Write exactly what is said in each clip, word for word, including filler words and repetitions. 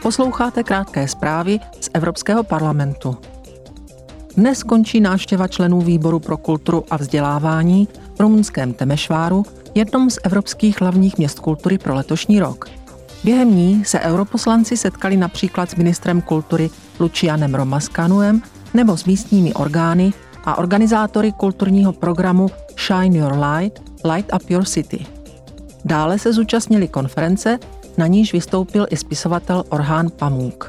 Posloucháte krátké zprávy z Evropského parlamentu. Dnes končí návštěva členů Výboru pro kulturu a vzdělávání v rumunském Temešváru, jednom z evropských hlavních měst kultury pro letošní rok. Během ní se europoslanci setkali například s ministrem kultury Lucianem Romascanuem nebo s místními orgány a organizátory kulturního programu Shine Your Light, Light Up Your City. Dále se zúčastnili konference, na níž vystoupil i spisovatel Orhán Pamuk.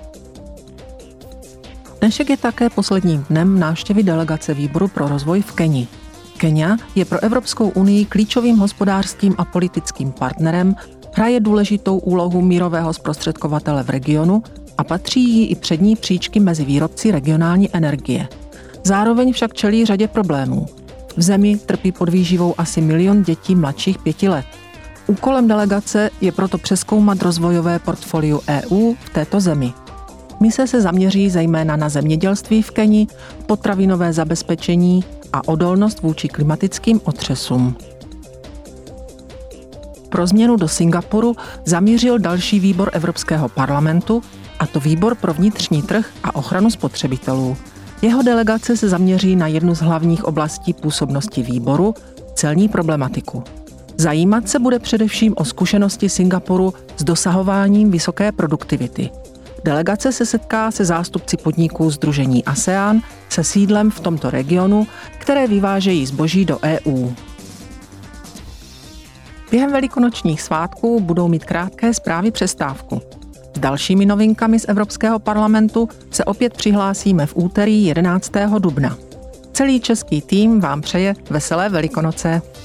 Dnešek je také posledním dnem návštěvy delegace Výboru pro rozvoj v Keni. Kenia je pro Evropskou unii klíčovým hospodářským a politickým partnerem, hraje důležitou úlohu mírového zprostředkovatele v regionu a patří jí i přední příčky mezi výrobci regionální energie. Zároveň však čelí řadě problémů. V zemi trpí podvýživou asi milion dětí mladších pěti let. Úkolem delegace je proto přezkoumat rozvojové portfolio E U v této zemi. Mise se zaměří zejména na zemědělství v Keni, potravinové zabezpečení a odolnost vůči klimatickým otřesům. Pro změnu do Singapuru zamířil další výbor Evropského parlamentu, a to Výbor pro vnitřní trh a ochranu spotřebitelů. Jeho delegace se zaměří na jednu z hlavních oblastí působnosti výboru, celní problematiku. Zajímat se bude především o zkušenosti Singapuru s dosahováním vysoké produktivity. Delegace se setká se zástupci podniků sdružení ASEAN se sídlem v tomto regionu, které vyvážejí zboží do E U. Během velikonočních svátků budou mít krátké zprávy přestávku. S dalšími novinkami z Evropského parlamentu se opět přihlásíme v úterý jedenáctého dubna. Celý český tým vám přeje veselé Velikonoce.